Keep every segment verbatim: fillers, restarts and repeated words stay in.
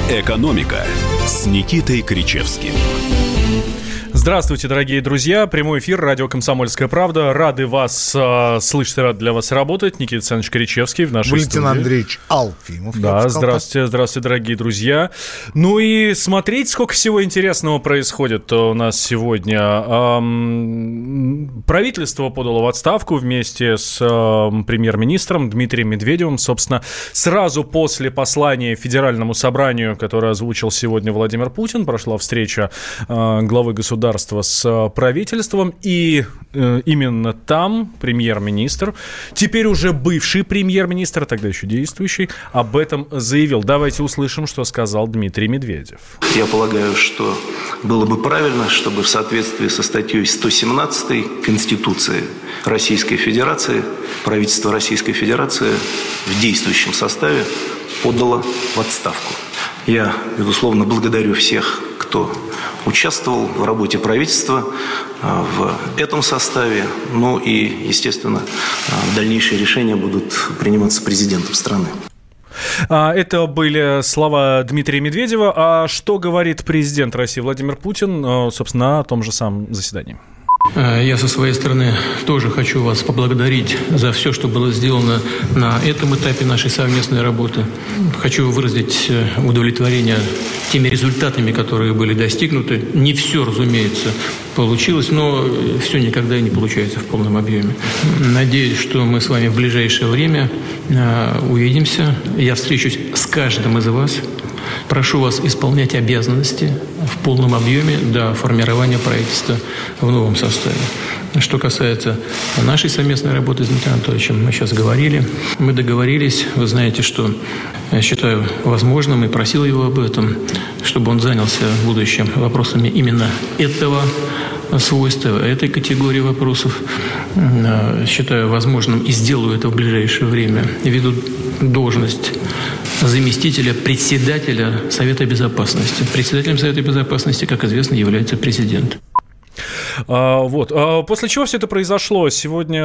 «Экономика» с Никитой Кричевским. Здравствуйте, дорогие друзья. Прямой эфир, радио «Комсомольская правда». Рады вас э, слышать, рад для вас работать. Никита Александрович Кричевский в нашей Валентин студии. Андреевич Алфимов. Да, здравствуйте, здравствуйте, дорогие друзья. Ну и смотреть, сколько всего интересного происходит у нас сегодня. Эм, правительство подало в отставку вместе с э, премьер-министром Дмитрием Медведевым. Собственно, сразу после послания Федеральному собранию, которое озвучил сегодня Владимир Путин, прошла встреча э, главы государства с правительством, и э, именно там премьер-министр, теперь уже бывший премьер-министр, тогда еще действующий, об этом заявил. Давайте услышим, что сказал Дмитрий Медведев. Я полагаю, что было бы правильно, чтобы в соответствии со статьей сто семнадцатой Конституции Российской Федерации правительство Российской Федерации в действующем составе подало в отставку. Я, безусловно, благодарю всех, кто участвовал в работе правительства в этом составе. Ну и, естественно, дальнейшие решения будут приниматься президентом страны. Это были слова Дмитрия Медведева. А что говорит президент России Владимир Путин, собственно, на том же самом заседании? Я со своей стороны тоже хочу вас поблагодарить за все, что было сделано на этом этапе нашей совместной работы. Хочу выразить удовлетворение теми результатами, которые были достигнуты. Не все, разумеется, получилось, но все никогда и не получается в полном объеме. Надеюсь, что мы с вами в ближайшее время увидимся. Я встречусь с каждым из вас. Прошу вас исполнять обязанности в полном объеме до формирования правительства в новом составе. Что касается нашей совместной работы с Дмитрием Анатольевичем, мы сейчас говорили, мы договорились, вы знаете, что я считаю возможным и просил его об этом, чтобы он занялся в будущем вопросами именно этого свойства, этой категории вопросов. Считаю возможным и сделаю это в ближайшее время. Веду должность заместителя председателя Совета Безопасности. Председателем Совета Безопасности, как известно, является президент. А, вот. А после чего все это произошло? Сегодня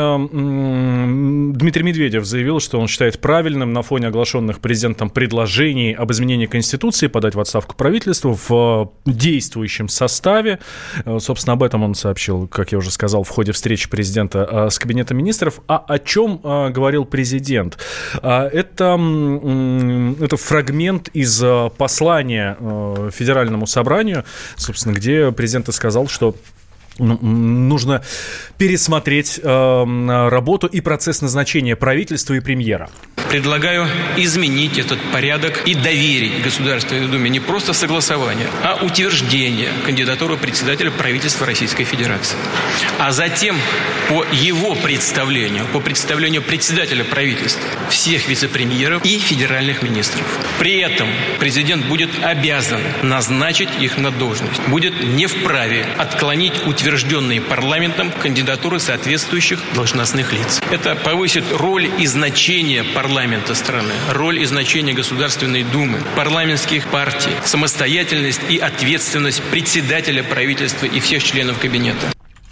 м- Дмитрий Медведев заявил, что он считает правильным на фоне оглашенных президентом предложений об изменении Конституции подать в отставку правительству в действующем составе. Собственно, об этом он сообщил, как я уже сказал, в ходе встречи президента с Кабинетом министров. А о чем говорил президент? Это, это фрагмент из послания Федеральному собранию, собственно, где президент и сказал, что нужно пересмотреть э, работу и процесс назначения правительства и премьера. Предлагаю изменить этот порядок и доверить Государственной Думе не просто согласование, а утверждение кандидатуры председателя правительства Российской Федерации. А затем по его представлению, по представлению председателя правительства, всех вице-премьеров и федеральных министров. При этом президент будет обязан назначить их на должность. Будет не вправе отклонить утвержденные парламентом кандидатуры соответствующих должностных лиц. Это повысит роль и значение парламента страны, роль и значение Государственной Думы, парламентских партий, самостоятельность и ответственность председателя правительства и всех членов кабинета.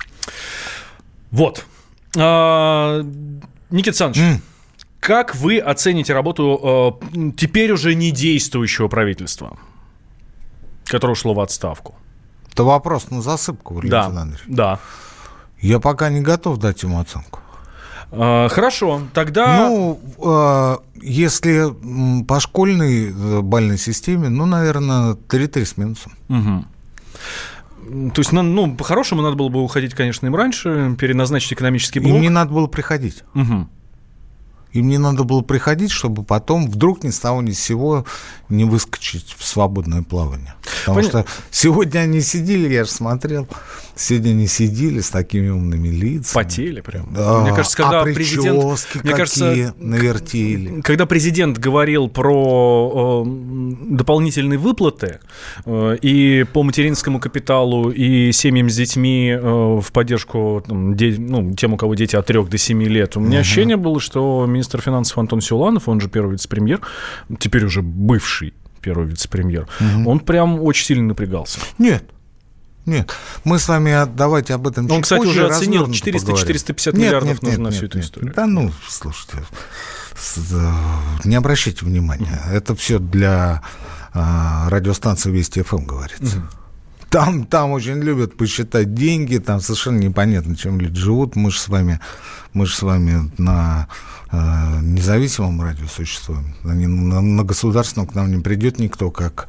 Вот. А, Никита Александрович, mm. как вы оцените работу а, теперь уже не действующего правительства, которое ушло в отставку? Это вопрос на засыпку, Валентин да, Андреевич. Да. Я пока не готов дать ему оценку. А, хорошо, тогда... Ну, э, если по школьной бальной системе, ну, наверное, три-три с минусом. Угу. То есть, ну, ну, по-хорошему надо было бы уходить, конечно, им раньше, переназначить экономический блок. Им не надо было приходить. Угу. Им не надо было приходить, чтобы потом вдруг ни с того ни с сего не выскочить в свободное плавание. Потому Понятно. Что сегодня они сидели, я же смотрел, сегодня они сидели с такими умными лицами. Потели прям. Да. Мне кажется, когда а президент... Мне кажется, навертели. Когда президент говорил про э, дополнительные выплаты э, и по материнскому капиталу, и семьям с детьми э, в поддержку там, де, ну, тем, у кого дети от трёх до семи лет, у меня uh-huh. ощущение было, что министр финансов Антон Силуанов, он же первый вице-премьер, теперь уже бывший первый вице-премьер, угу. он прям очень сильно напрягался. Нет, нет. Мы с вами давайте об этом чуть позже. Он, кстати, уже оценил четыреста-четыреста пятьдесят миллиардов нет, нужно нет, на всю нет, эту нет. историю. Да ну, слушайте, не обращайте внимания. Это все для радиостанции Вести ФМ говорится. Угу. Там, там очень любят посчитать деньги, там совершенно непонятно, чем люди живут. Мы же с вами, мы же с вами на э, независимом радио существуем. На, на, на государственном к нам не придет никто, как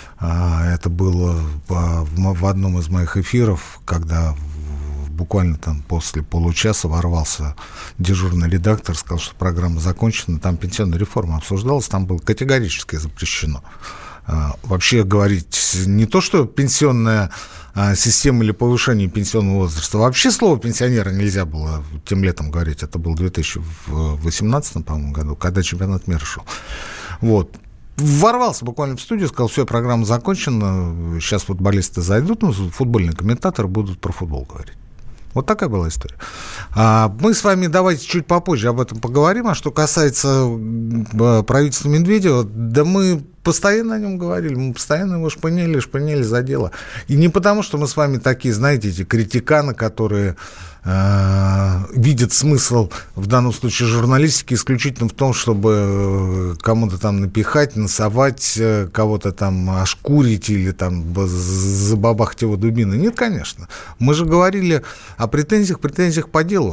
э, это было в, в одном из моих эфиров, когда буквально там после получаса ворвался дежурный редактор, сказал, что программа закончена, там пенсионная реформа обсуждалась, там было категорически запрещено вообще говорить не то, что пенсионная система или повышение пенсионного возраста. Вообще слово «пенсионера» нельзя было тем летом говорить. Это был две тысячи восемнадцатом, по-моему, году, когда чемпионат мира шел. Вот. Ворвался буквально в студию, сказал, все, программа закончена, сейчас футболисты зайдут, ну, футбольные комментаторы будут про футбол говорить. Вот такая была история. А мы с вами давайте чуть попозже об этом поговорим. А что касается правительства Медведева, да мы постоянно о нем говорили, мы постоянно его шпыняли, шпыняли за дело. И не потому, что мы с вами такие, знаете, эти критиканы, которые э, видят смысл, в данном случае журналистики, исключительно в том, чтобы кому-то там напихать, насовать, кого-то там ошкурить или там забабахать его дубиной. Нет, конечно. Мы же говорили о претензиях, претензиях по делу.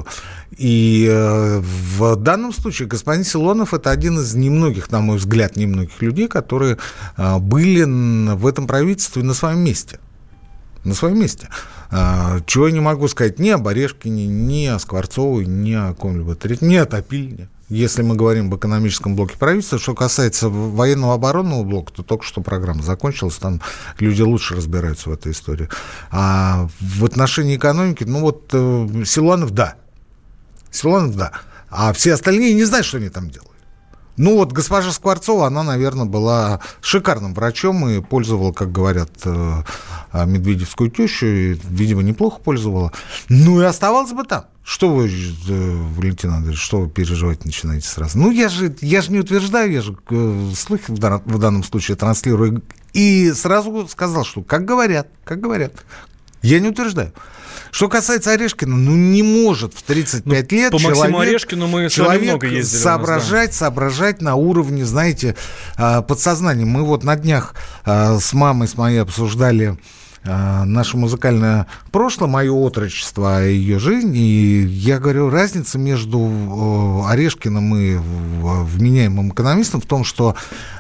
И э, в данном случае господин Силуанов – это один из немногих, на мой взгляд, немногих людей, которые э, были в этом правительстве на своем месте. На своем месте. Э, чего я не могу сказать ни об Орешкине, ни о Скворцовой, ни о ком-либо третьем, ни о Топилине. Если мы говорим об экономическом блоке правительства, что касается военного оборонного блока, то только что программа закончилась, там люди лучше разбираются в этой истории. А в отношении экономики, ну вот э, Силуанов – да. Силуанов, да. А все остальные не знают, что они там делали. Ну, вот госпожа Скворцова, она, наверное, была шикарным врачом и пользовала, как говорят, медведевскую тещу, и, видимо, неплохо пользовала. Ну, и оставалась бы там. Что вы, Валентин Андреевич, что вы переживать начинаете сразу? Ну, я же, я же не утверждаю, я же слухи в данном, в данном случае транслирую. И сразу сказал, что как говорят, как говорят. Я не утверждаю. Что касается Орешкина, ну не может в тридцать пять ну, лет по человек, Максиму Орешкину мы с вами много ездили соображать, нас, да. соображать на уровне, знаете, подсознания. Мы вот на днях с мамой, с моей обсуждали наше музыкальное прошлое, мое отрочество, ее жизнь, и я говорю, разница между Орешкиным и вменяемым экономистом в том, что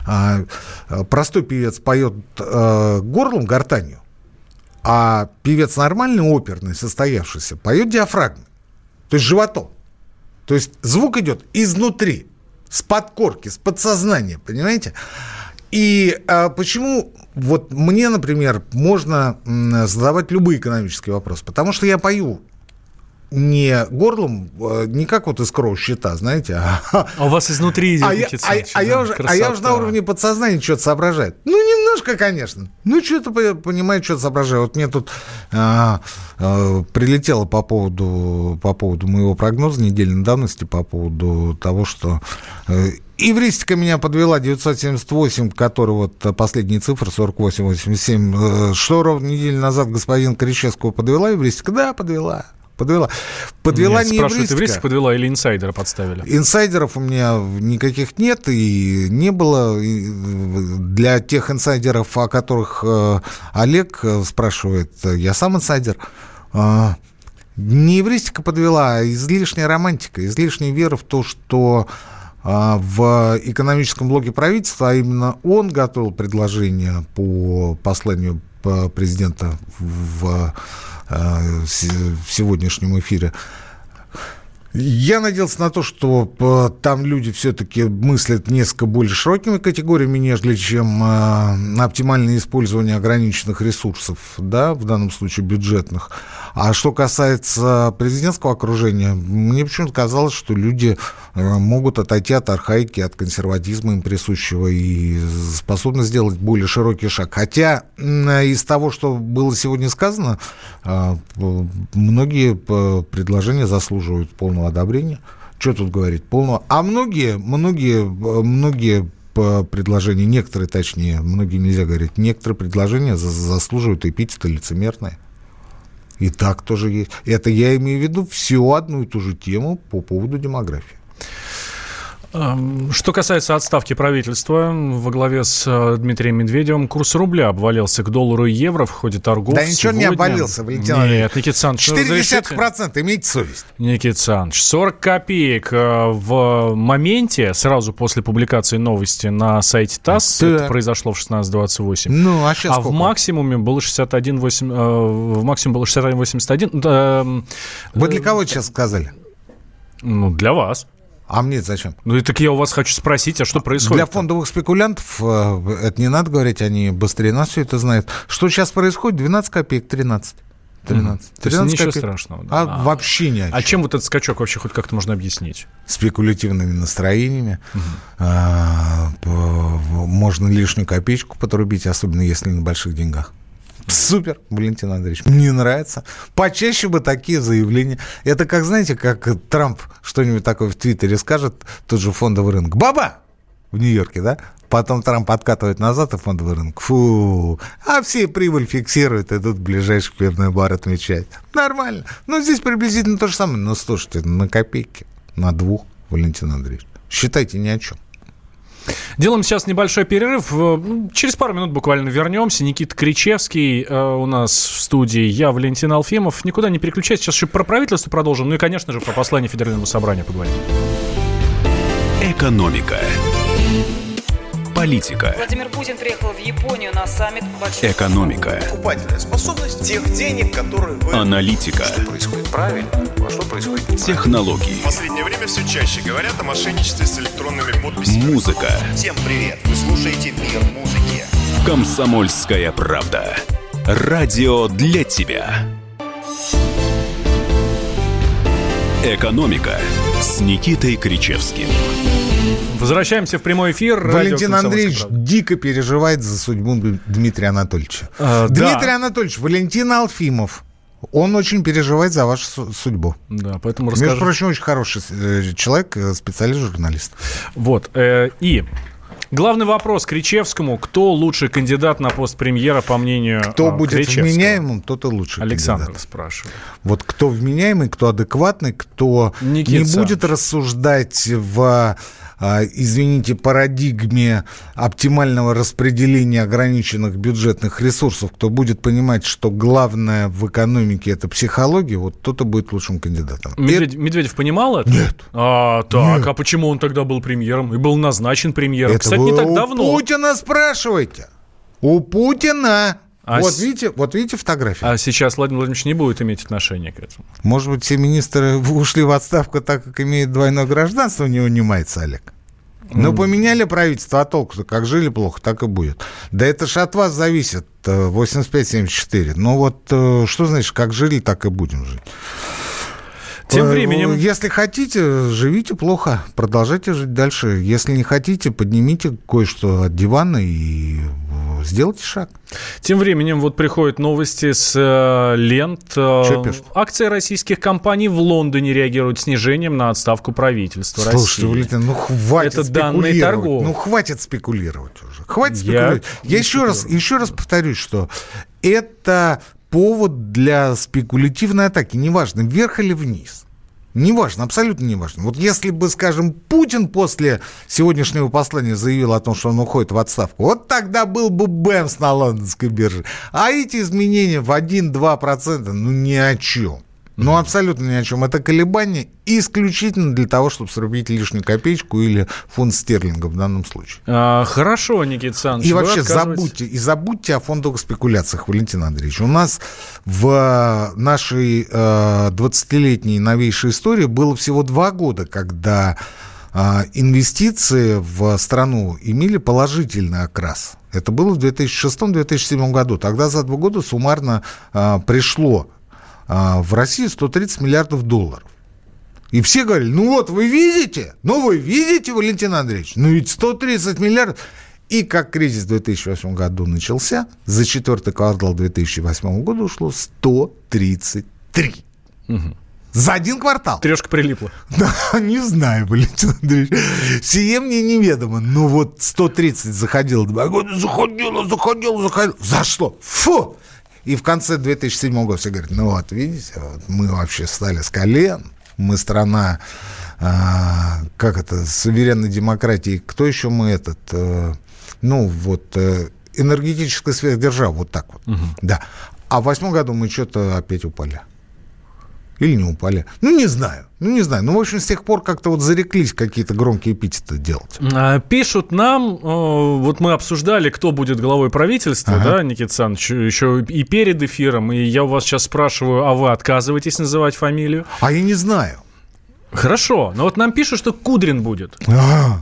простой певец поет горлом, гортанью, а певец нормальный, оперный, состоявшийся, поет диафрагмой, то есть животом. То есть звук идет изнутри, с подкорки, с подсознания, понимаете? И а, почему вот мне, например, можно задавать любые экономические вопросы? Потому что я пою не горлом, не как вот из кроу-щита, знаете. А, а у вас изнутри идет. А, я, а, а, я уже, а я уже на уровне подсознания что-то соображаю. Ну, немножко, конечно. Ну, что-то понимаю, что-то соображаю. Вот мне тут а, а, прилетело по поводу, по поводу моего прогноза недельной давности, по поводу того, что... Эвристика меня подвела, девятьсот семьдесят восемь, который вот последние цифры, сорок восемь восемьдесят семь. Что ровно неделю назад господин Кричевского подвела эвристика? Да, подвела. Подвела. Подвела нет, не спрашивают, эвристика. эвристика подвела или инсайдера подставили? Инсайдеров у меня никаких нет и не было. Для тех инсайдеров, о которых Олег спрашивает, я сам инсайдер. Не эвристика подвела, а излишняя романтика, излишняя вера в то, что в экономическом блоке правительства, а именно он готовил предложение по посланию президента в, в сегодняшнем эфире. Я надеялся на то, что там люди все-таки мыслят несколько более широкими категориями, нежели чем оптимальное использование ограниченных ресурсов, да, в данном случае бюджетных. А что касается президентского окружения, мне почему-то казалось, что люди могут отойти от архаики, от консерватизма им присущего и способны сделать более широкий шаг. Хотя из того, что было сегодня сказано, многие предложения заслуживают полного одобрения. Что тут говорить? Полного. А многие, многие, многие предложения, некоторые, точнее, многие нельзя говорить, некоторые предложения заслуживают эпитета лицемерные. И так тоже есть. Это я имею в виду всю одну и ту же тему по поводу демографии. Что касается отставки правительства во главе с Дмитрием Медведевым, курс рубля обвалился к доллару и евро в ходе торгов. Да ничего сегодня. не обвалился, Валентин Нет, Андреевич. Никита Саныч, четыре десятых процента, имейте совесть. Никита Саныч, сорок копеек в моменте, сразу после публикации новости на сайте ТАСС, да. Это произошло в шестнадцать двадцать восемь. Ну, а сейчас А сколько? в максимуме было шестьдесят один восемь, в максимум было шестьдесят один восемьдесят один. Вы для кого сейчас сказали? Ну, для вас. А мне зачем? Ну, и так я у вас хочу спросить, а что происходит? Для фондовых спекулянтов это не надо говорить, они быстрее нас все это знают. Что сейчас происходит? двенадцать копеек, тринадцать. тринадцать. Mm. тринадцать ничего копеек. Страшного. Да. А, а вообще ни о чем. А чем вот этот скачок вообще хоть как-то можно объяснить? Спекулятивными настроениями. Mm-hmm. А, можно лишнюю копеечку подрубить, особенно если на больших деньгах. Супер, Валентин Андреевич, мне нравится. Почаще бы такие заявления. Это как, знаете, как Трамп что-нибудь такое в Твиттере скажет, тот же фондовый рынок. Баба! В Нью-Йорке, да? Потом Трамп откатывает назад, и фондовый рынок. Фу! А все прибыль фиксируют, идут в ближайший пивной бар отмечать. Нормально. Ну, здесь приблизительно то же самое. Но слушайте, на копейки, на двух, Валентин Андреевич. Считайте ни о чем. Делаем сейчас небольшой перерыв. Через пару минут буквально вернемся. Никита Кричевский э, у нас в студии. Я Валентин Алфимов. Никуда не переключайтесь. Сейчас еще про правительство продолжим. Ну и, конечно же, про послание Федеральному собранию поговорим. Экономика. Политика. Владимир Путин приехал в Японию на саммит большой... Экономика. Покупательная способность тех денег, которые вы... Аналитика. Что происходит правильно, а что происходит неправильно. Технологии. В последнее время все чаще говорят о мошенничестве с электронными подписями. Музыка. Всем привет, вы слушаете «Мир музыки». Комсомольская правда. Радио для тебя. Экономика с Никитой Кричевским. Возвращаемся в прямой эфир. Валентин Андреевич дико переживает за судьбу Дмитрия Анатольевича. А, Дмитрий да. Анатольевич, Валентин Алфимов, он очень переживает за вашу судьбу. Да, поэтому расскажу. Между прочим, очень хороший человек, специалист-журналист. Вот, э, и... Главный вопрос Кричевскому. Кто лучший кандидат на пост премьера, по мнению Кто будет Кричевского? Вменяемым, тот и лучший Александр кандидат. спрашивает. Вот кто вменяемый, кто адекватный, кто Никита не Саныч. будет рассуждать в, извините, парадигме оптимального распределения ограниченных бюджетных ресурсов, кто будет понимать, что главное в экономике – это психология, вот тот и будет лучшим кандидатом. Медведев, это... Медведев понимал это? Нет. А, так, Нет. А почему он тогда был премьером и был назначен премьером? Это Кстати, не так давно. У Путина спрашивайте. У Путина. А вот, с... видите, вот видите фотографию. А сейчас Владимир Владимирович не будет иметь отношения к этому. Может быть, все министры ушли в отставку, так как имеют двойное гражданство, не унимается Олег. Но mm. поменяли правительство, а толку-то как жили плохо, так и будет. Да это ж от вас зависит, восемьдесят пять семьдесят четыре. Ну вот, что значит, как жили, так и будем жить. Тем временем... Если хотите, живите плохо, продолжайте жить дальше. Если не хотите, поднимите кое-что от дивана и сделайте шаг. Тем временем вот приходят новости с э, лент. Э, акции российских компаний в Лондоне реагируют снижением на отставку правительства России. Слушайте, Валентин, ну хватит Это спекулировать. торгов. Ну хватит спекулировать уже. Хватит спекулировать. Я, Я еще, раз, еще раз повторюсь, что это повод для спекулятивной атаки. Неважно, вверх или вниз. Неважно, абсолютно неважно. Вот если бы, скажем, Путин после сегодняшнего послания заявил о том, что он уходит в отставку, вот тогда был бы бэмс на лондонской бирже. А эти изменения в один-два процента, ну, ни о чем. Ну, абсолютно ни о чем. Это колебания исключительно для того, чтобы срубить лишнюю копеечку или фунт стерлинга в данном случае. А, хорошо, Никита Александрович. И вообще забудьте, и забудьте о фондовых спекуляциях, Валентин Андреевич. У нас в нашей э, двадцатилетней новейшей истории было всего два года, когда э, инвестиции в страну имели положительный окрас. Это было в две тысячи шестом - две тысячи седьмом году. Тогда за два года суммарно э, пришло в России сто тридцать миллиардов долларов. И все говорили, ну вот, вы видите? Ну вы видите, Валентин Андреевич? Ну ведь сто тридцать миллиардов. И как кризис в две тысячи восьмом году начался, за четвертый квартал две тысячи восьмого года ушло сто тридцать три. Угу. За один квартал. Трешка прилипла. Да, не знаю, Валентин Андреевич. Сие мне неведомо. Ну вот сто тридцать заходило два года, заходило, заходило, заходило. За что? Фу! И в конце две тысячи седьмого года все говорят, ну вот, видите, вот мы вообще встали с колен, мы страна а, как это, суверенной демократии, кто еще мы этот, а, ну, вот, а, энергетическая сверхдержава, вот так вот, угу. да. А в восьмом году мы что-то опять упали. Или не упали. Ну, не знаю. Ну, не знаю. Ну, в общем, с тех пор как-то вот зареклись какие-то громкие эпитеты делать. Пишут нам, вот мы обсуждали, кто будет главой правительства, ага. да, Никита Александрович, еще и перед эфиром, и я у вас сейчас спрашиваю, а вы отказываетесь называть фамилию? А я не знаю. Хорошо, но вот нам пишут, что Кудрин будет. А-а-а.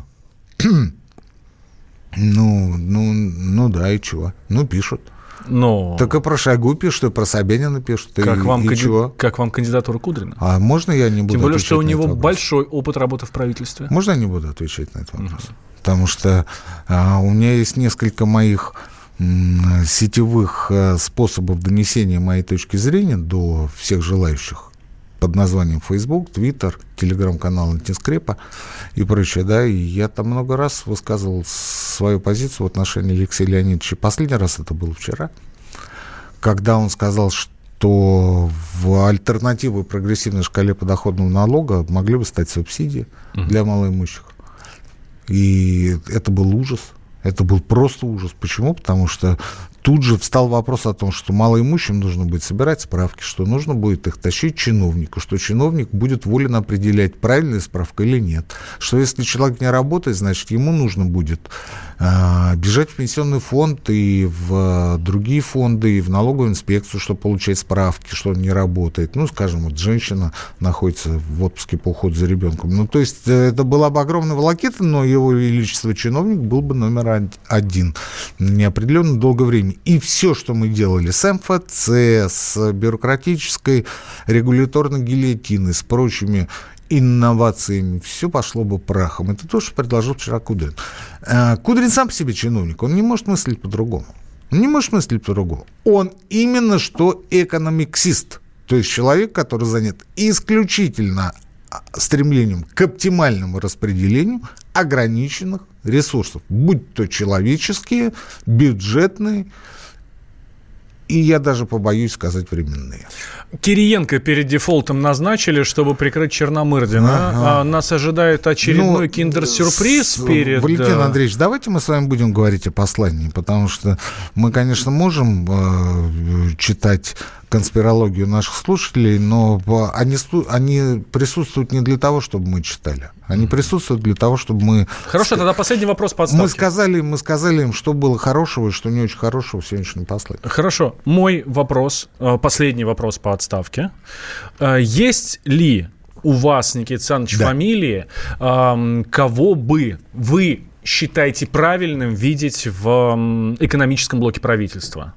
ну, ну, ну да, и чего? Ну, пишут. Но... Так и про Шойгу пишут, и про Собянина пишут. Как, и, вам и канди... чего? как вам кандидатура Кудрина? А можно я не буду Тем более, отвечать что у на него этот вопрос? большой опыт работы в правительстве. Можно я не буду отвечать на этот вопрос? Uh-huh. Потому что а, у меня есть несколько моих м, сетевых а, способов донесения моей точки зрения до всех желающих под названием Facebook, Twitter, телеграм-канал Антискрепа и прочее, да, и я там много раз высказывал свою позицию в отношении Алексея Леонидовича. Последний раз это было вчера, когда он сказал, что в альтернативу прогрессивной шкале подоходного налога могли бы стать субсидии uh-huh. для малоимущих. И это был ужас. Это был просто ужас. Почему? Потому что тут же встал вопрос о том, что малоимущим нужно будет собирать справки, что нужно будет их тащить чиновнику, что чиновник будет волен определять, правильная справка или нет. Что если человек не работает, значит, ему нужно будет э, бежать в пенсионный фонд и в другие фонды, и в налоговую инспекцию, чтобы получать справки, что он не работает. Ну, скажем, вот женщина находится в отпуске по уходу за ребенком. Ну, то есть это была бы огромная волокита, но его величество чиновник был бы номер один неопределенно долгое время. И все, что мы делали с эм эф цэ, с бюрократической регуляторной гильотиной, с прочими инновациями, все пошло бы прахом. Это то, что предложил вчера Кудрин. Кудрин сам по себе чиновник, он не может мыслить по-другому. Он не может мыслить по-другому. Он именно что экономиксист, то есть человек, который занят исключительно стремлением к оптимальному распределению ограниченных ресурсов, будь то человеческие, бюджетные, и я даже побоюсь сказать временные. Кириенко перед дефолтом назначили, чтобы прикрыть Черномырдина. Ага. А нас ожидает очередной ну, киндер-сюрприз с... перед... Валентин Андреевич, давайте мы с вами будем говорить о послании, потому что мы, конечно, можем э, читать конспирологию наших слушателей, но они, они присутствуют не для того, чтобы мы читали. Они присутствуют для того, чтобы мы... Хорошо, тогда последний вопрос по отставке. Мы сказали, мы сказали им, что было хорошего и что не очень хорошего в сегодняшнем послании. Хорошо. Мой вопрос, последний вопрос по отставке. Есть ли у вас, Никита Александрович, да. фамилии, кого бы вы считаете правильным видеть в экономическом блоке правительства?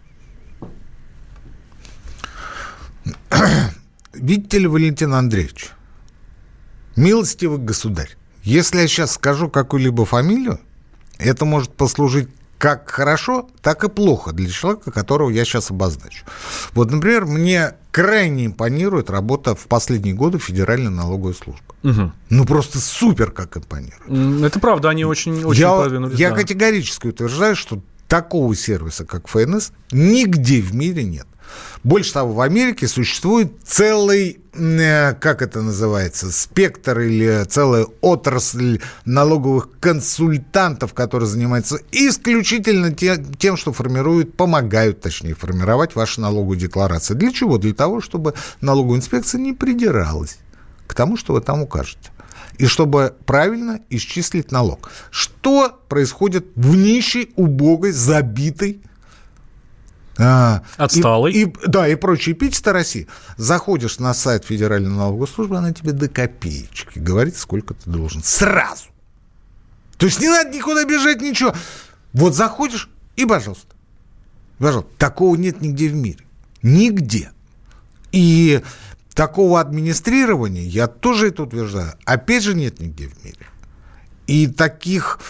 Видите ли, Валентин Андреевич, милостивый государь, если я сейчас скажу какую-либо фамилию, это может послужить как хорошо, так и плохо для человека, которого я сейчас обозначу. Вот, например, мне крайне импонирует работа в последние годы Федеральной налоговой службы. Угу. Ну, просто супер как импонирует. Это правда, они очень, очень я, продвинулись. Я да. категорически утверждаю, что такого сервиса, как эф эн эс, нигде в мире нет. Больше того, в Америке существует целый, как это называется, спектр или целая отрасль налоговых консультантов, которые занимаются исключительно тем, что формируют, помогают, точнее, формировать ваши налоговые декларации. Для чего? Для того, чтобы налоговая инспекция не придиралась к тому, что вы там укажете. И чтобы правильно исчислить налог. Что происходит в нищей, убогой, забитой, А, Отсталый. И, и, да, и прочие эпитеты России. Заходишь на сайт Федеральной налоговой службы, она тебе до копеечки говорит, сколько ты должен. Сразу. То есть не надо никуда бежать, ничего. Вот заходишь и, пожалуйста. Пожалуйста. Такого нет нигде в мире. Нигде. И такого администрирования, я тоже это утверждаю, опять же нет нигде в мире. И таких...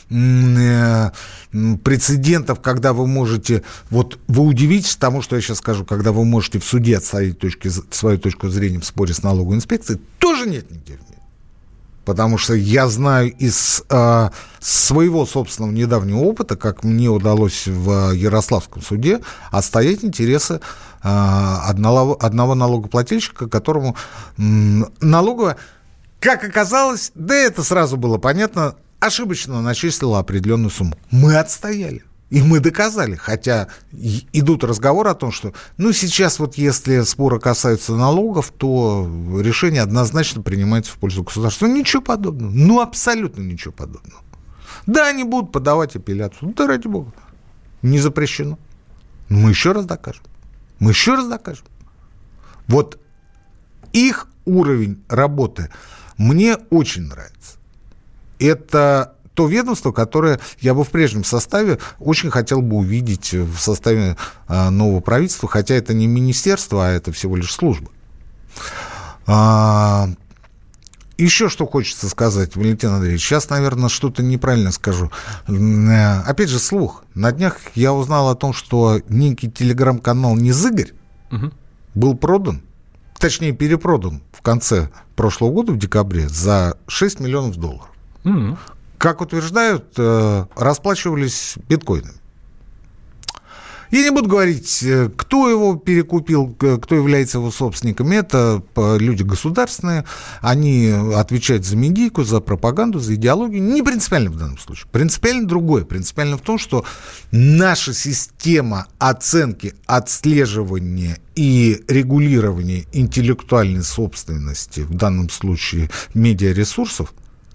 прецедентов, когда вы можете, вот вы удивитесь тому, что я сейчас скажу, когда вы можете в суде отставить точки, свою точку зрения в споре с налоговой инспекцией, тоже нет нигде в мире. Потому что я знаю из э, своего собственного недавнего опыта, как мне удалось в Ярославском суде отстоять интересы э, одного, одного налогоплательщика, которому э, налоговая как оказалось, да это сразу было понятно, ошибочно начислила определенную сумму. Мы отстояли. И мы доказали, хотя идут разговоры о том, что, ну, сейчас вот если споры касаются налогов, то решение однозначно принимается в пользу государства. Ну, ничего подобного. Ну, абсолютно ничего подобного. Да, они будут подавать апелляцию. Да, ради бога. Не запрещено. Но мы еще раз докажем. Мы еще раз докажем. Вот их уровень работы мне очень нравится. Это то ведомство, которое я бы в прежнем составе очень хотел бы увидеть в составе а, нового правительства, хотя это не министерство, а это всего лишь служба. А, еще что хочется сказать, Валентин Андреевич, сейчас, наверное, что-то неправильно скажу. Опять же, слух. На днях я узнал о том, что некий телеграм-канал «Незыгорь» угу. был продан, точнее, перепродан в конце прошлого года, в декабре, за шесть миллионов долларов. Угу. Как утверждают, расплачивались биткоинами. Я не буду говорить, кто его перекупил, кто является его собственником. Это люди государственные, они отвечают за медийку, за пропаганду, за идеологию. Не принципиально в данном случае. Принципиально другое. Принципиально в том, что наша система оценки, отслеживания и регулирования интеллектуальной собственности, в данном случае медиаресурсов,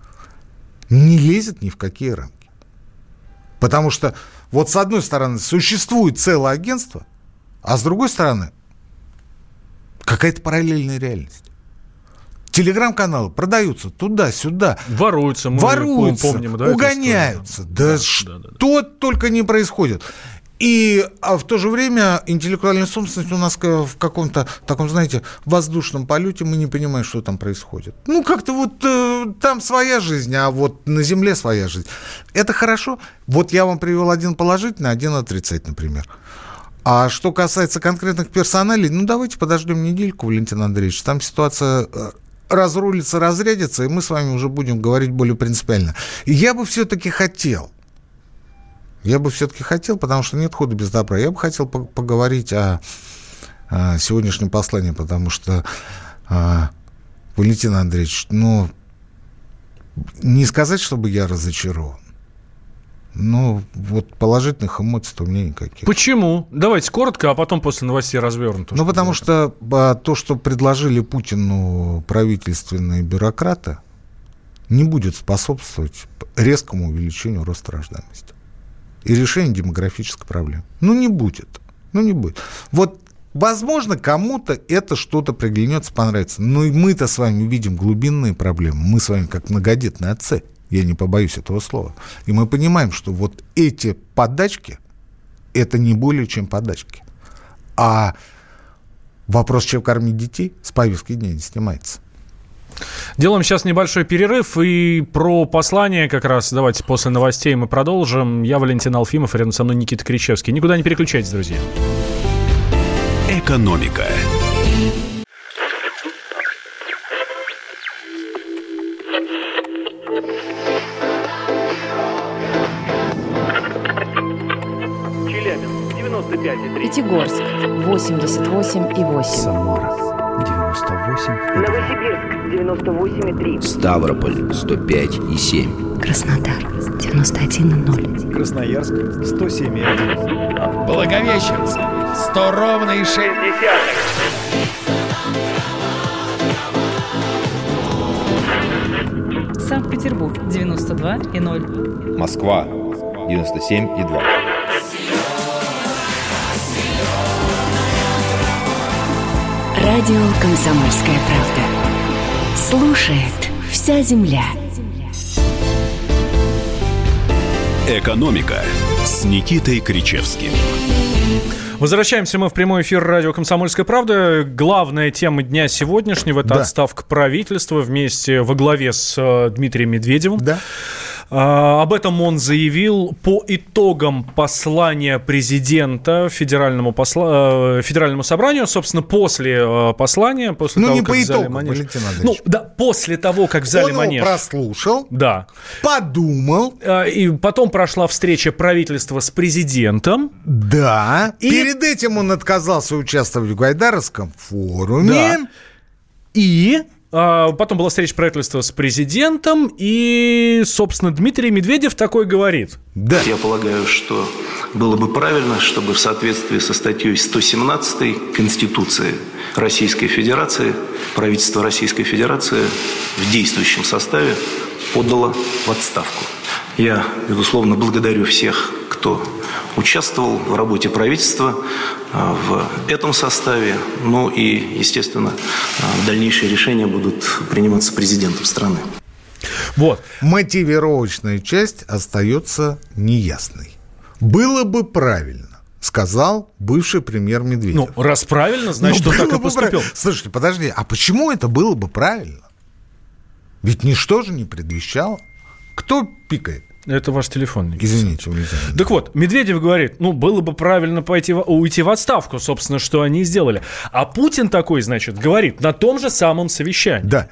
не лезет ни в какие рамки. Потому что вот с одной стороны существует целое агентство, а с другой стороны какая-то параллельная реальность. Телеграм-каналы продаются туда-сюда. Воруются, мы воруются, помним, да, угоняются. Да, да что да, да. только не происходит. И а в то же время интеллектуальная собственность у нас в каком-то таком, знаете, воздушном полете, мы не понимаем, что там происходит. Ну, как-то вот э, там своя жизнь, а вот на земле своя жизнь. Это хорошо. Вот я вам привел один положительный, один отрицательный пример. А что касается конкретных персоналей, ну, давайте подождем недельку, Валентин Андреевич. Там ситуация разрулится, разрядится, и мы с вами уже будем говорить более принципиально. И я бы все-таки хотел... Я бы все-таки хотел, потому что нет худа без добра, я бы хотел поговорить о, о сегодняшнем послании, потому что, а, Валентин Андреевич, ну, не сказать, чтобы я разочарован, но вот положительных эмоций-то у меня никаких. Почему? Давайте коротко, а потом после новостей развернуто. Ну, потому что а, то, что предложили Путину правительственные бюрократы, не будет способствовать резкому увеличению роста рождаемости и решению демографической проблемы. Ну, не будет. Ну, не будет. Вот, возможно, кому-то это что-то приглянется, понравится. Но и мы-то с вами видим глубинные проблемы. Мы с вами как многодетные отцы. Я не побоюсь этого слова. И мы понимаем, что вот эти подачки, это не более чем подачки. А вопрос, чем кормить детей, с повестки дня не снимается. Делаем сейчас небольшой перерыв, и про послание как раз давайте после новостей мы продолжим. Я Валентин Алфимов, рядом со мной Никита Кричевский. Никуда не переключайтесь, друзья. Экономика. Челябинск, девяносто пять и три. Пятигорск, восемьдесят восемь и восемь. Самара, девяносто восемь и два. Новосибирск, девяносто восемь и три. Ставрополь, сто пять и семь. Краснодар, девяносто один и ноль. Красноярск, сто семь и один. Благовещенск, сто ровно и шесть десятых. Санкт-Петербург, девяносто два и ноль. Москва, девяносто семь и два. Радио «Комсомольская правда». Слушает вся земля. Экономика с Никитой Кричевским. Возвращаемся мы в прямой эфир радио «Комсомольская правда». Главная тема дня сегодняшнего – это да. отставка правительства вместе во главе с э, Дмитрием Медведевым. Да. А, об этом он заявил по итогам послания президента федеральному, посла, э, федеральному собранию. Собственно, после э, послания, после ну, того, не как по взяли итогам, манеж. Валентин Андреевич. Ну, да, после того, как взяли он манеж. Он его прослушал, да. подумал. И потом прошла встреча правительства с президентом. Да. И... Перед этим он отказался участвовать в Гайдаровском форуме. Да. И... Потом была встреча правительства с президентом, и, собственно, Дмитрий Медведев такой говорит. Да. Я полагаю, что было бы правильно, чтобы в соответствии со статьей сто семнадцатой Конституции Российской Федерации правительство Российской Федерации в действующем составе подало в отставку. Я, безусловно, благодарю всех, кто участвовал в работе правительства в этом составе. Ну и, естественно, дальнейшие решения будут приниматься президентом страны. Вот. Мотивировочная часть остается неясной. Было бы правильно, сказал бывший премьер Медведев. Ну, раз правильно, значит, ну, он так и поступил. Правильно. Слушайте, подожди, а почему это было бы правильно? Ведь ничто же не предвещало. Кто пикает? Это ваш телефон. Извините, Валентин. Так вот, Медведев говорит, ну, было бы правильно пойти, уйти в отставку, собственно, что они и сделали. А Путин такой, значит, говорит на том же самом совещании. Да.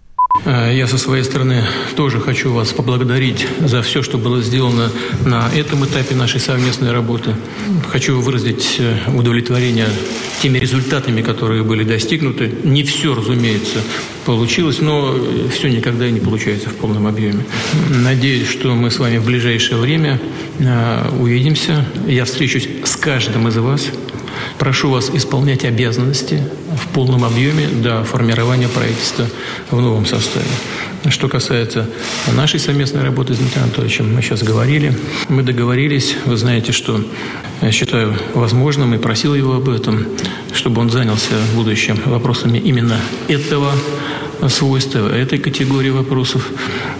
Я со своей стороны тоже хочу вас поблагодарить за все, что было сделано на этом этапе нашей совместной работы. Хочу выразить удовлетворение теми результатами, которые были достигнуты. Не все, разумеется, получилось, но все никогда и не получается в полном объеме. Надеюсь, что мы с вами в ближайшее время увидимся. Я встречусь с каждым из вас. Прошу вас исполнять обязанности в полном объеме до формирования правительства в новом составе. Что касается нашей совместной работы с Дмитрием Анатольевичем, мы сейчас говорили, мы договорились, вы знаете, что я считаю возможным и просил его об этом, чтобы он занялся в будущем вопросами именно этого свойства, этой категории вопросов.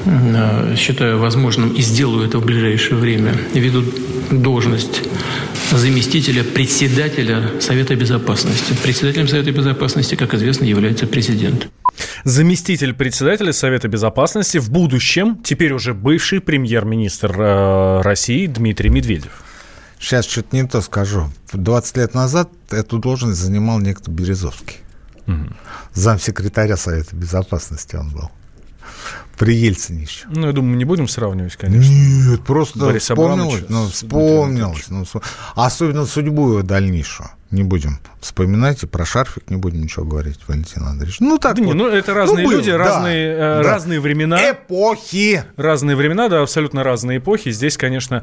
Считаю возможным и сделаю это в ближайшее время. Веду должность заместителя председателя Совета Безопасности. Председателем Совета Безопасности, как известно, является президент. Заместитель председателя Совета Безопасности в будущем, теперь уже бывший премьер-министр э, России Дмитрий Медведев. Сейчас что-то не то скажу. двадцать лет назад эту должность занимал некто Березовский. Угу. Замсекретаря Совета Безопасности он был. При Ельцине еще. Ну, я думаю, мы не будем сравнивать, конечно. Нет, просто Борис вспомнилось. Ну, вспомнилось. Ну, особенно судьбу его дальнейшую. Не будем вспоминать, и про шарфик не будем ничего говорить, Валентин Андреевич. Ну, так да вот. Не, ну, это разные ну, люди, да, разные, да. разные времена. Эпохи. Разные времена, да, абсолютно разные эпохи. Здесь, конечно,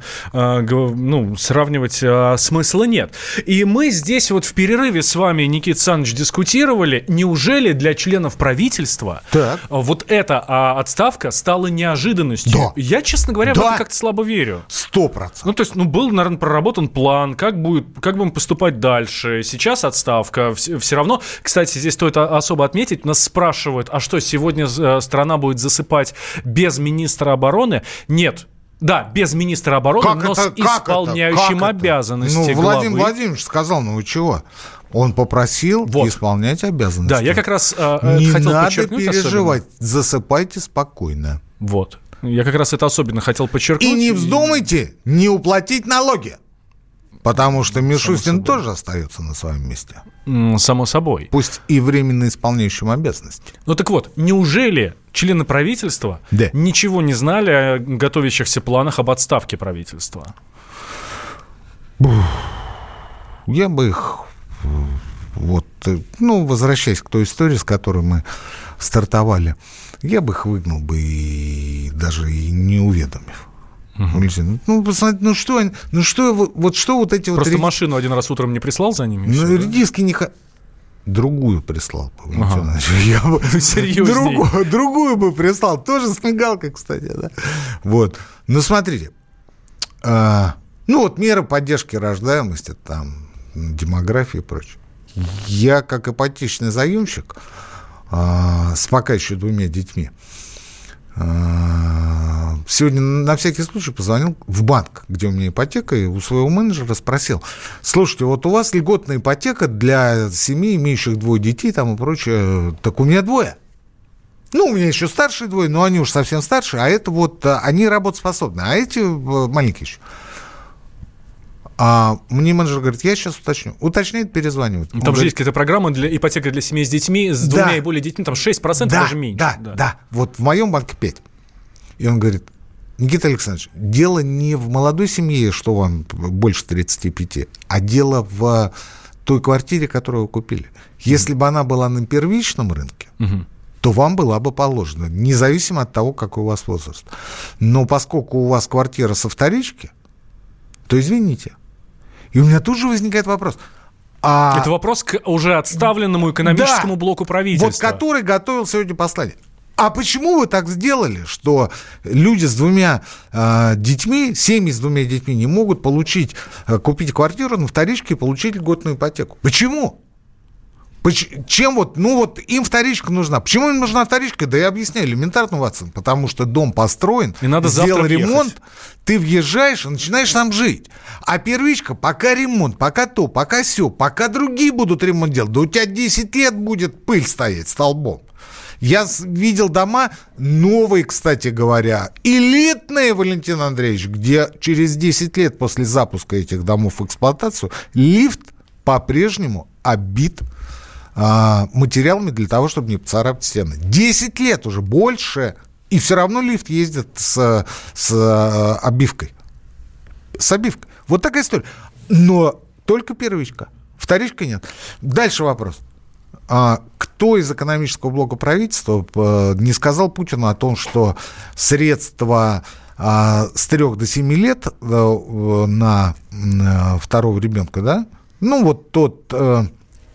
ну, сравнивать смысла нет. И мы здесь вот в перерыве с вами, Никита Александрович, дискутировали, неужели для членов правительства так. вот эта отставка стала неожиданностью? Да. Я, честно говоря, да. в это как-то слабо верю. Сто процентов. Ну, то есть, ну, был, наверное, проработан план, как, будет, как будем поступать дальше. Сейчас отставка. Все равно, кстати, здесь стоит особо отметить, нас спрашивают, а что, сегодня страна будет засыпать без министра обороны? Нет. Да, без министра обороны, как но это, с исполняющим как обязанности ну, главы. Владимир Владимирович сказал, ну вы чего? Он попросил вот. исполнять обязанности. Да, я как раз э, Не хотел надо подчеркнуть переживать, особенно. Засыпайте спокойно. Вот. Я как раз это особенно хотел подчеркнуть. И не вздумайте и... не уплатить налоги. Потому что Мишустин тоже остается на своем месте. Само собой. Пусть и временно исполняющим обязанности. Ну так вот, неужели члены правительства да. ничего не знали о готовящихся планах об отставке правительства? Я бы их... Вот, ну, возвращаясь к той истории, с которой мы стартовали, я бы их выгнал бы и даже и не уведомив. Uh-huh. Ну, посмотрите, ну что, ну что, вот что вот эти Просто вот... Просто машину один раз утром не прислал за ними? Ну, все, редиски да? не... Х... Другую прислал бы. Ага. Я бы... Серьезней. Другую, другую бы прислал. Тоже с мигалкой, кстати, да. Вот. Ну, смотрите. А, ну, вот меры поддержки рождаемости, там, демографии и прочее. Я, как ипотечный заемщик, а, с пока еще двумя детьми, сегодня на всякий случай позвонил в банк, где у меня ипотека, и у своего менеджера спросил: слушайте, вот у вас льготная ипотека для семей, имеющих двое детей там и прочее. Так у меня двое. Ну, у меня еще старшие двое, но они уж совсем старшие, а это вот, они работоспособны, а эти маленькие еще. А мне менеджер говорит, я сейчас уточню. Уточняет, перезванивает. Там же говорит, есть какая-то программа для ипотека для семей с детьми, с да, двумя и более детьми, там шесть процентов, да, даже меньше. Да, да, да. Вот в моем банке пять. И он говорит: Никита Александрович, дело не в молодой семье, что вам больше тридцати пяти, а дело в той квартире, которую вы купили. Если mm-hmm. бы она была на первичном рынке, mm-hmm. то вам была бы положена, независимо от того, какой у вас возраст. Но поскольку у вас квартира со вторички, то извините. И у меня тут же возникает вопрос. А... Это вопрос к уже отставленному экономическому да, блоку правительства. Вот который готовил сегодня послание. А почему вы так сделали, что люди с двумя э, детьми, семьи с двумя детьми не могут получить, э, купить квартиру на вторичке и получить льготную ипотеку? Почему? Поч- чем вот, ну вот им вторичка нужна. Почему им нужна вторичка? Да я объясняю, элементарно, Ватсон, потому что дом построен, и надо сделал ремонт, ехать. Ты въезжаешь и начинаешь там жить. А первичка, пока ремонт, пока то, пока сё, пока другие будут ремонт делать, да у тебя десять лет будет пыль стоять столбом. Я видел дома новые, кстати говоря, элитные, Валентин Андреевич, где через десять лет после запуска этих домов в эксплуатацию лифт по-прежнему обит а, материалами для того, чтобы не поцарапать стены. десять лет уже, больше, и все равно лифт ездит с, с обивкой. С обивкой. Вот такая история. Но только первичка. Вторичка нет. Дальше вопрос. А кто из экономического блока правительства не сказал Путину о том, что средства а, с трех до семи лет а, на, на второго ребенка, да, ну вот тот, а,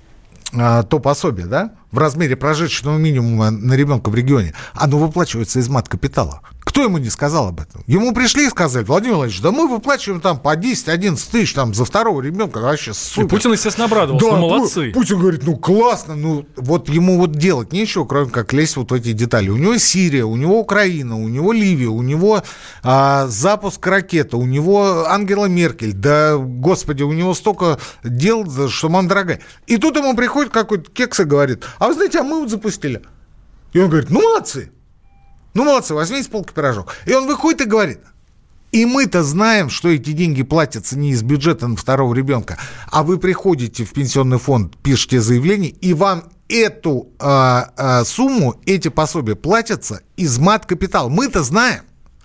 а, то пособие, да, в размере прожиточного минимума на ребенка в регионе, оно выплачивается из мат-капитала. Кто ему не сказал об этом? Ему пришли и сказали: Владимир Владимирович, да мы выплачиваем там по десять-одиннадцать тысяч там, за второго ребенка, вообще супер. И Путин, естественно, обрадовался, да, ну молодцы. Путин говорит, ну классно, ну вот ему вот делать нечего, кроме как лезть вот в эти детали. У него Сирия, у него Украина, у него Ливия, у него а, запуск ракеты, у него Ангела Меркель, да, господи, у него столько дел, что мама дорогая. И тут ему приходит какой-то кекс и говорит: а вы знаете, а мы вот запустили. И он говорит: ну молодцы. Ну, молодцы, возьмите с полки пирожок. И он выходит и говорит: и мы-то знаем, что эти деньги платятся не из бюджета на второго ребенка, а вы приходите в пенсионный фонд, пишете заявление, и вам эту а, а, сумму, эти пособия платятся из мат-капитала. Мы-то знаем.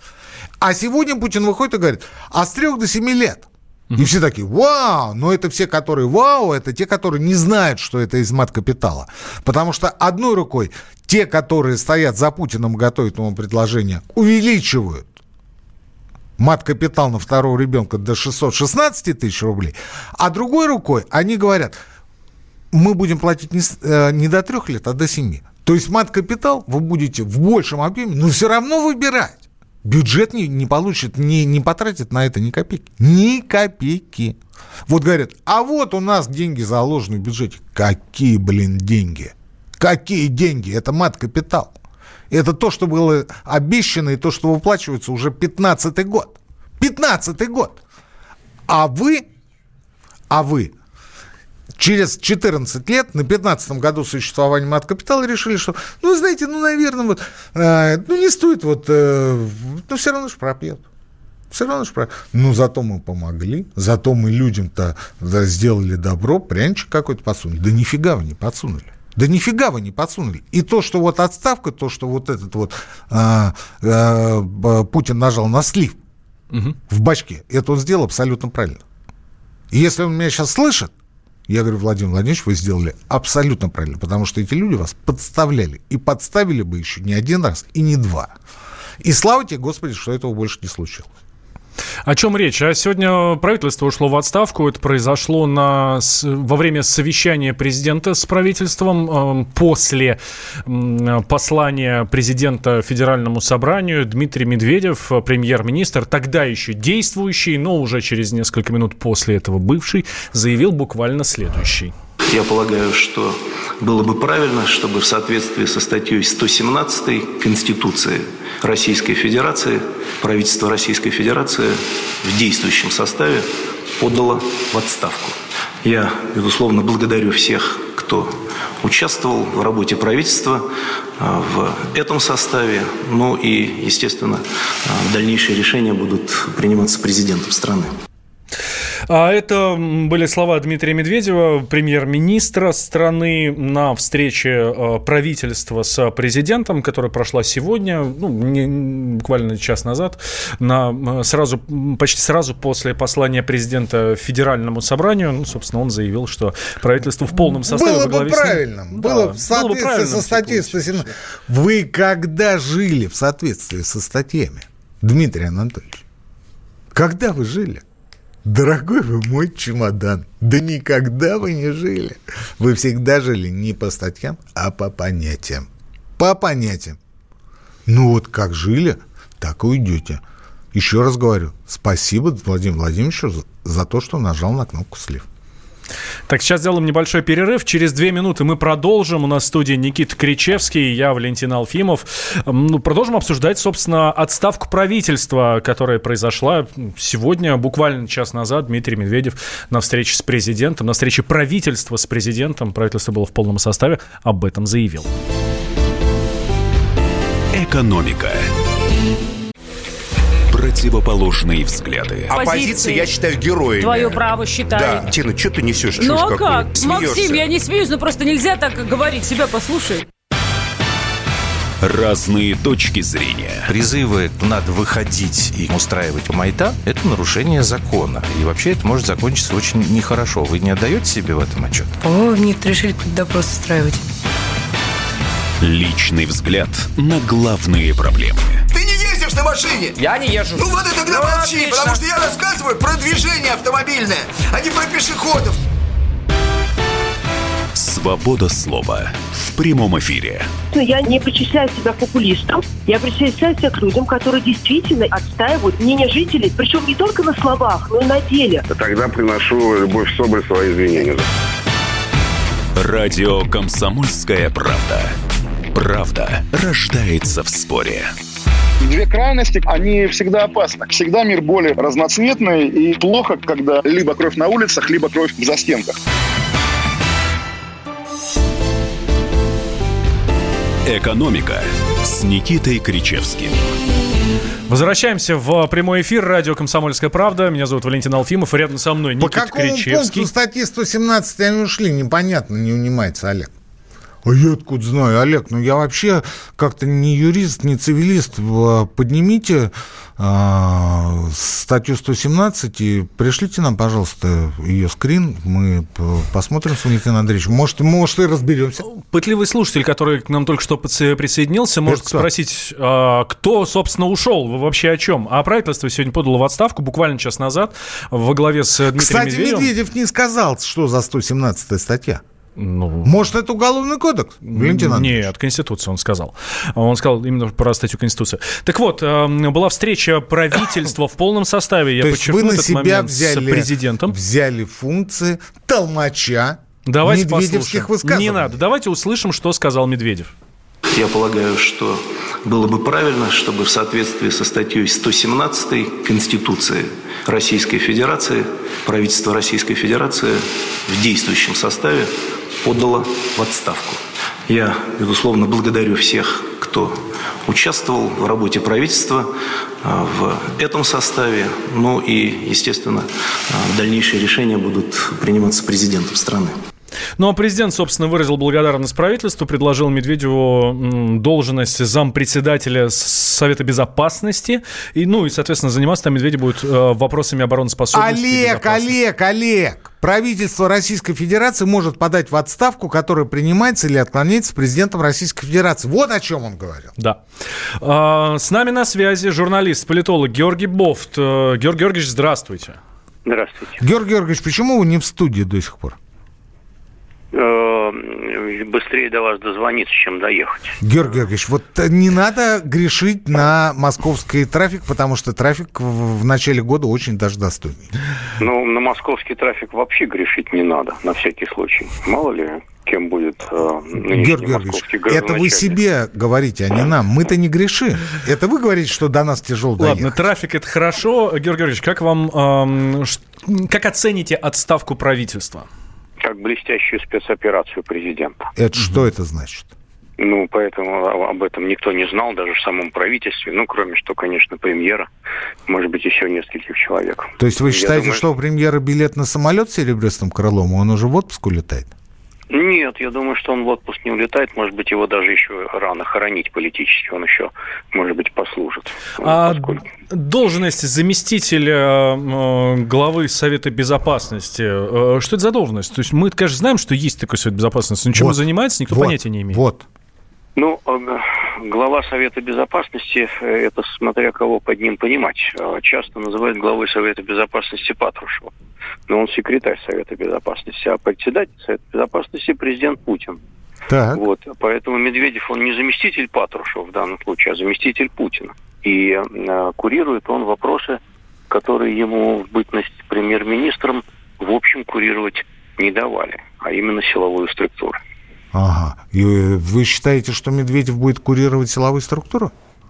А сегодня Путин выходит и говорит: а с трех до семи лет. И все такие: вау! Но это все, которые вау, это те, которые не знают, что это из мат-капитала. Потому что одной рукой те, которые стоят за Путиным и готовят ему предложение, увеличивают мат-капитал на второго ребенка до шестьсот шестнадцать тысяч рублей, а другой рукой они говорят: мы будем платить не, не до трех лет, а до семи. То есть мат-капитал вы будете в большем объеме, но все равно выбирать. Бюджет не, не получит, не, не потратит на это ни копейки. Ни копейки. Вот говорят: а вот у нас деньги заложены в бюджете. Какие, блин, деньги? Какие деньги? Это мат-капитал. Это то, что было обещано, и то, что выплачивается уже пятнадцатый год. пятнадцатый год. А вы, а вы через четырнадцать лет, на пятнадцатом году существования мат-капитала, решили, что, ну, знаете, ну, наверное, вот, э, ну, не стоит вот, э, ну, все равно же пропьет. Все равно же пропьет. Ну, зато мы помогли, зато мы людям-то да, сделали добро, пряничек какой-то подсунули. Да нифига вы не подсунули. Да нифига вы не подсунули. И то, что вот отставка, то, что вот этот вот э, э, Путин нажал на слив угу. в бачке, это он сделал абсолютно правильно. И если он меня сейчас слышит, я говорю: Владимир Владимирович, вы сделали абсолютно правильно, потому что эти люди вас подставляли. И подставили бы еще не один раз и не два. И слава тебе, Господи, что этого больше не случилось. О чем речь? А сегодня правительство ушло в отставку. Это произошло на, во время совещания президента с правительством. После послания президента Федеральному собранию Дмитрий Медведев, премьер-министр, тогда еще действующий, но уже через несколько минут после этого бывший, заявил буквально следующее. Я полагаю, что было бы правильно, чтобы в соответствии со статьей сто семнадцатой Конституции Российской Федерации правительство Российской Федерации в действующем составе подало в отставку. Я, безусловно, благодарю всех, кто участвовал в работе правительства в этом составе. Ну и, естественно, дальнейшие решения будут приниматься президентом страны. А это были слова Дмитрия Медведева, премьер-министра страны, на встрече правительства с президентом, которая прошла сегодня, ну, не, буквально час назад, на, сразу, почти сразу после послания президента Федеральному собранию. Ну, собственно, он заявил, что правительство в полном составе было во главе бы с ним... правильно. Да, было в соответствии бы со статьей сто семнадцать. Вы когда жили в соответствии со статьями, Дмитрий Анатольевич? Когда вы жили? Дорогой вы мой чемодан. Да никогда вы не жили. Вы всегда жили не по статьям, а по понятиям. По понятиям. Ну вот как жили, так и уйдете. Еще раз говорю, спасибо Владимиру Владимировичу за, за то, что нажал на кнопку «Слив». Так, сейчас сделаем небольшой перерыв. Через две минуты мы продолжим. У нас в студии Никита Кричевский, я Валентин Алфимов. Ну, продолжим обсуждать, собственно, отставку правительства, которая произошла сегодня, буквально час назад. Дмитрий Медведев на встрече с президентом, на встрече правительства с президентом, правительство было в полном составе, об этом заявил. Экономика. Противоположные взгляды. Оппозиция, я считаю, героями. Твое право считаю. Да, Тина, что ты несешь? Ну а какую? как? Смеешься. Максим, я не смеюсь, но просто нельзя так говорить. Себя послушай. Разные точки зрения. Призывы «надо выходить и устраивать майдан» — это нарушение закона. И вообще это может закончиться очень нехорошо. Вы не отдаете себе в этом отчет? О, нет, решили допрос устраивать. Личный взгляд на главные проблемы. Ты не ездишь на машине? Я не езжу. Ну вот и тогда ну, молчи, отлично. потому что я рассказываю про движение автомобильное, а не про пешеходов. Свобода слова в прямом эфире. Я не причисляю себя к популистам. Я причисляю себя к людям, которые действительно отстаивают мнение жителей, причем не только на словах, но и на деле. Тогда приношу Любовь Соболь свои извинения. Радио «Комсомольская правда». Правда рождается в споре. Две крайности, они всегда опасны. Всегда мир более разноцветный, и плохо, когда либо кровь на улицах, либо кровь в застенках. Экономика с Никитой Кричевским. Возвращаемся в прямой эфир. Радио «Комсомольская правда». Меня зовут Валентин Алфимов. И рядом со мной Никита По какому Кричевский. пункту статьи сто семнадцать они ушли? Непонятно, не унимается Олег. А я откуда знаю, Олег? Ну, я вообще как-то не юрист, не цивилист. Поднимите э, статью сто семнадцать и пришлите нам, пожалуйста, ее скрин. Мы посмотрим с Валентином Андреевичем. Может, может, и разберемся. Пытливый слушатель, который к нам только что присоединился, может кто? спросить, э, кто, собственно, ушел? Вы вообще о чем? А правительство сегодня подало в отставку буквально час назад во главе с Дмитрием Кстати, Медведевым. Кстати, Медведев не сказал, что за сто семнадцатая статья. Ну, Может, это уголовный кодекс? Валентин Нет, Конституция, он сказал. Он сказал именно про статью Конституции. Так вот, была встреча правительства в полном составе. Я То есть вы на себя взяли, с президентом. взяли функции толмача Давайте медведевских послушаем. высказываний. Не надо. Давайте услышим, что сказал Медведев. Я полагаю, что было бы правильно, чтобы в соответствии со статьей сто семнадцатой Конституции Российской Федерации правительство Российской Федерации в действующем составе подало в отставку. Я, безусловно, благодарю всех, кто участвовал в работе правительства в этом составе. Ну и, естественно, дальнейшие решения будут приниматься президентом страны. Ну, а президент, собственно, выразил благодарность правительству, предложил Медведеву должность зампредседателя Совета Безопасности. И, ну, и, соответственно, заниматься там Медведев будет э, вопросами обороноспособности. Олег, Олег, Олег! Правительство Российской Федерации может подать в отставку, которая принимается или отклоняется президентом Российской Федерации. Вот о чем он говорил. Да. А, с нами на связи журналист, политолог Георгий Бофт. Георгий Георгиевич, здравствуйте. Здравствуйте. Георгий Георгиевич, почему вы не в студии до сих пор? Быстрее до вас дозвониться, чем доехать. Георгий Георгиевич, вот не надо грешить на московский трафик, потому что трафик в начале года очень даже достойный. Ну, на московский трафик вообще грешить не надо, на всякий случай. Мало ли, кем будет э, Георгий Георгиевич, это вы себе говорите, а не нам. Мы-то не грешим. Это вы говорите, что до нас тяжело доехать. Ладно, трафик — это хорошо. Георгий Георгиевич, как вам, э, как оцените отставку правительства? Как блестящую спецоперацию президента. Это что это значит? Ну, поэтому об этом никто не знал, даже в самом правительстве. Ну, кроме что, конечно, премьера, может быть, еще нескольких человек. То есть вы Я считаете, думаю, что у премьера билет на самолет с серебристым крылом, он уже в отпуск улетает? Нет, я думаю, что он в отпуск не улетает. Может быть, его даже еще рано хоронить политически. Он еще, может быть, послужит. А поскольку... должность заместителя э, главы Совета Безопасности, э, что это за должность? То есть мы, конечно, знаем, что есть такой Совет Безопасности, но чем вот, он занимается, никто вот, понятия не имеет. Вот. Ну, глава Совета Безопасности, это смотря кого под ним понимать, часто называют главой Совета Безопасности Патрушева. Но он секретарь Совета Безопасности, а председатель Совета Безопасности президент Путин. Так. Вот, поэтому Медведев, он не заместитель Патрушева в данном случае, а заместитель Путина. И э, курирует он вопросы, которые ему в бытность премьер-министром, в общем, курировать не давали, а именно силовую структуру. Ага. И вы считаете, что Медведев будет курировать силовую структуру?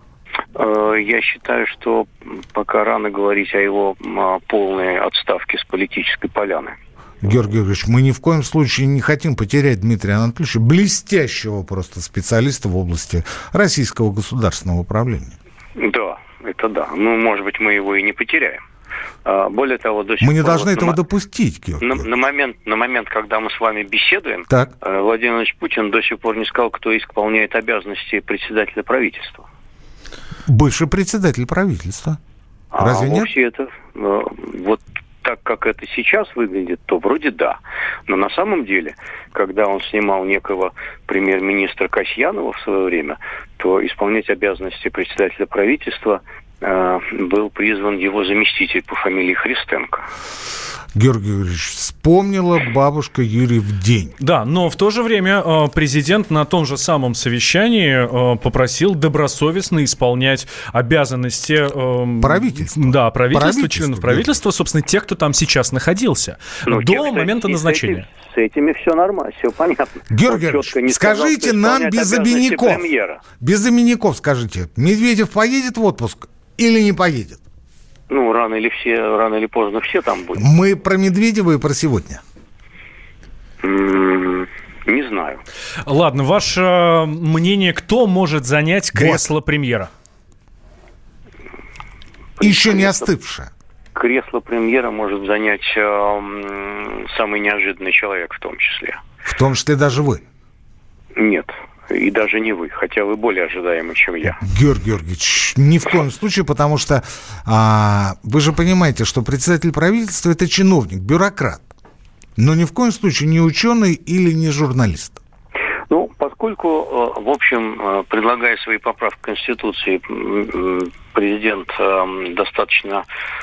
Я считаю, что пока рано говорить о его полной отставке с политической поляны. Георгий Георгиевич, мы ни в коем случае не хотим потерять Дмитрия Анатольевича, блестящего просто специалиста в области российского государственного управления. Да, это да. Ну, может быть, мы его и не потеряем. Более того, до сих мы не пор, должны вот этого на, допустить, Георгий. На, на, момент, на момент, когда мы с вами беседуем, так. Владимир Владимирович Путин до сих пор не сказал, кто исполняет обязанности председателя правительства. Бывший председатель правительства. Разве а нет? Вовсе это, вот так, как это сейчас выглядит, то вроде да. Но на самом деле, когда он снимал некого премьер-министра Касьянова в свое время, то исполнять обязанности председателя правительства э, был призван его заместитель по фамилии Христенко. Георгий Георгиевич, вспомнила бабушка Юрьев день. Да, но в то же время президент на том же самом совещании попросил добросовестно исполнять обязанности правительства. Да, правительства, правительства членов правительства, собственно, тех, кто там сейчас находился, ну, до тех, момента назначения. С этими, с этими все нормально, все понятно. Георгий Георгиевич, скажите нам без обиняков, без обиняков скажите, Медведев поедет в отпуск или не поедет? Ну, рано или все, рано или поздно все там будут. Мы про Медведева и про сегодня. Mm, не знаю. Ладно, ваше мнение, кто может занять кресло вот. премьера? Еще не остывшее. Кресло премьера может занять э, самый неожиданный человек в том числе. В том числе даже вы? Нет. И даже не вы, хотя вы более ожидаемы, чем я. Георгий Георгиевич, ни в коем случае, потому что а, вы же понимаете, что председатель правительства – это чиновник, бюрократ, но ни в коем случае не ученый или не журналист. Ну, поскольку, в общем, предлагая свои поправки к Конституции, президент достаточно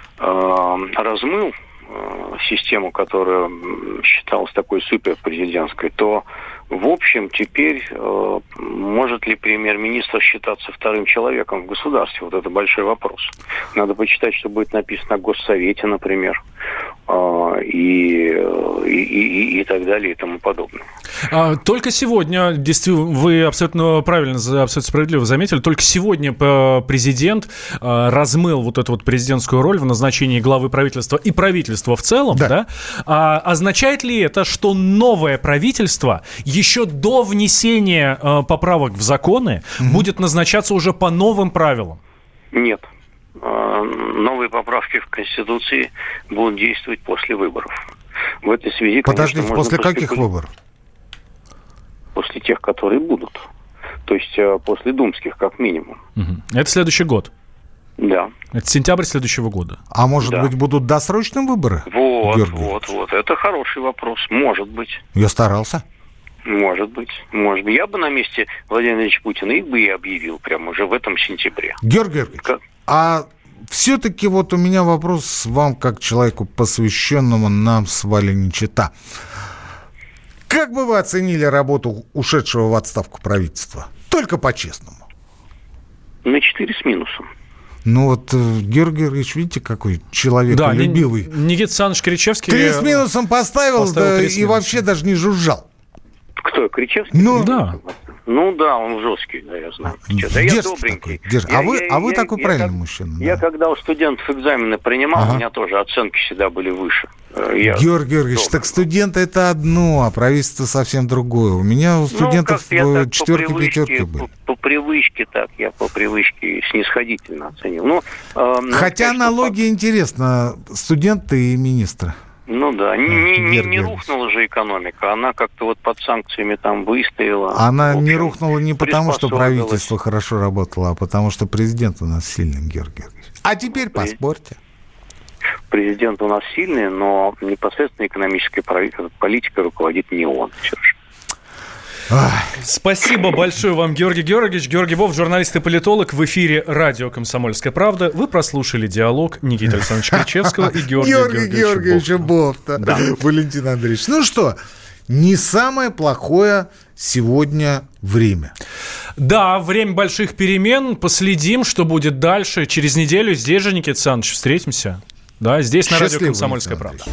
размыл систему, которая считалась такой суперпрезидентской, то, в общем, теперь э, может ли премьер-министр считаться вторым человеком в государстве? Вот это большой вопрос. Надо почитать, что будет написано о Госсовете, например, э, и, и, и, и так далее, и тому подобное. А, только сегодня, действительно, вы абсолютно правильно, абсолютно справедливо заметили, только сегодня президент э, размыл вот эту вот президентскую роль в назначении главы правительства и правительства в целом, да? Да? А, означает ли это, что новое правительство еще до внесения э, поправок в законы угу. будет назначаться уже по новым правилам? Нет. Э, новые поправки в Конституции будут действовать после выборов. В этой связи, Подождите, конечно, после можно каких выборов? После тех, которые будут. То есть э, после думских, как минимум. Угу. Это следующий год? Да. Это сентябрь следующего года. А может да. быть, будут досрочные выборы? Вот, Георгий? вот, вот. Это хороший вопрос. Может быть. Я старался. Может быть. Может быть. Я бы на месте Владимира Владимировича Путина их бы и объявил прямо уже в этом сентябре. Георгий Георгиевич, как? а все-таки вот у меня вопрос вам, как человеку, посвященному нам с Валей не чета. Как бы вы оценили работу ушедшего в отставку правительства? Только по-честному. На четыре с минусом. Ну вот, Георгий Георгиевич, видите, какой человеколюбивый. Да, Никита Александрович Кричевский... Три с минусом поставил, поставил да, и минусом. Вообще даже не жужжал. Кто, Кричевский? Ну, да. Ну да, он жесткий, да, я знаю. Да я добренький. Я, а вы, я, а вы я, такой я, правильный я, мужчина. Я да. когда у студентов экзамены принимал, ага. у меня тоже оценки всегда были выше. Я Георгий Георгиевич, так студенты это одно, а правительство совсем другое. У меня у студентов ну, четверки, пятерки были. По, по привычке так, я по привычке снисходительно оценил. Ну, э, Хотя сказать, аналогия что... интересна, студенты и министры. Ну да, не, не, не рухнула же экономика, она как-то вот под санкциями там выстояла. Она общем, не рухнула не потому, что правительство хорошо работало, а потому что президент у нас сильный, Георгий Георгиевич. А теперь ну, поспорьте. Президент у нас сильный, но непосредственно экономической политикой руководит не он. Спасибо большое вам, Георгий Георгиевич. Георгий Бов, журналист и политолог, в эфире радио «Комсомольская правда». Вы прослушали диалог Никиты Александровича Кричевского и Георгия Георгиевича Бова. Да. Валентин Андреевич. Ну что, не самое плохое сегодня время. Да, время больших перемен. Последим, что будет дальше. Через неделю здесь же, Никита Александрович, встретимся. Да, здесь на радио «Комсомольская правда».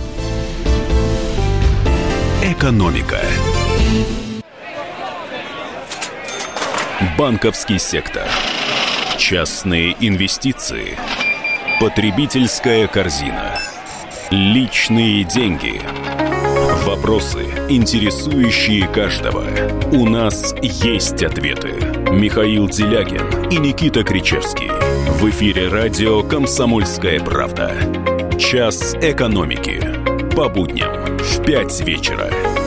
Экономика. Банковский сектор. Частные инвестиции. Потребительская корзина. Личные деньги. Вопросы, интересующие каждого. У нас есть ответы. Михаил Делягин и Никита Кричевский. В эфире радио «Комсомольская правда». Час экономики. По будням в пять вечера.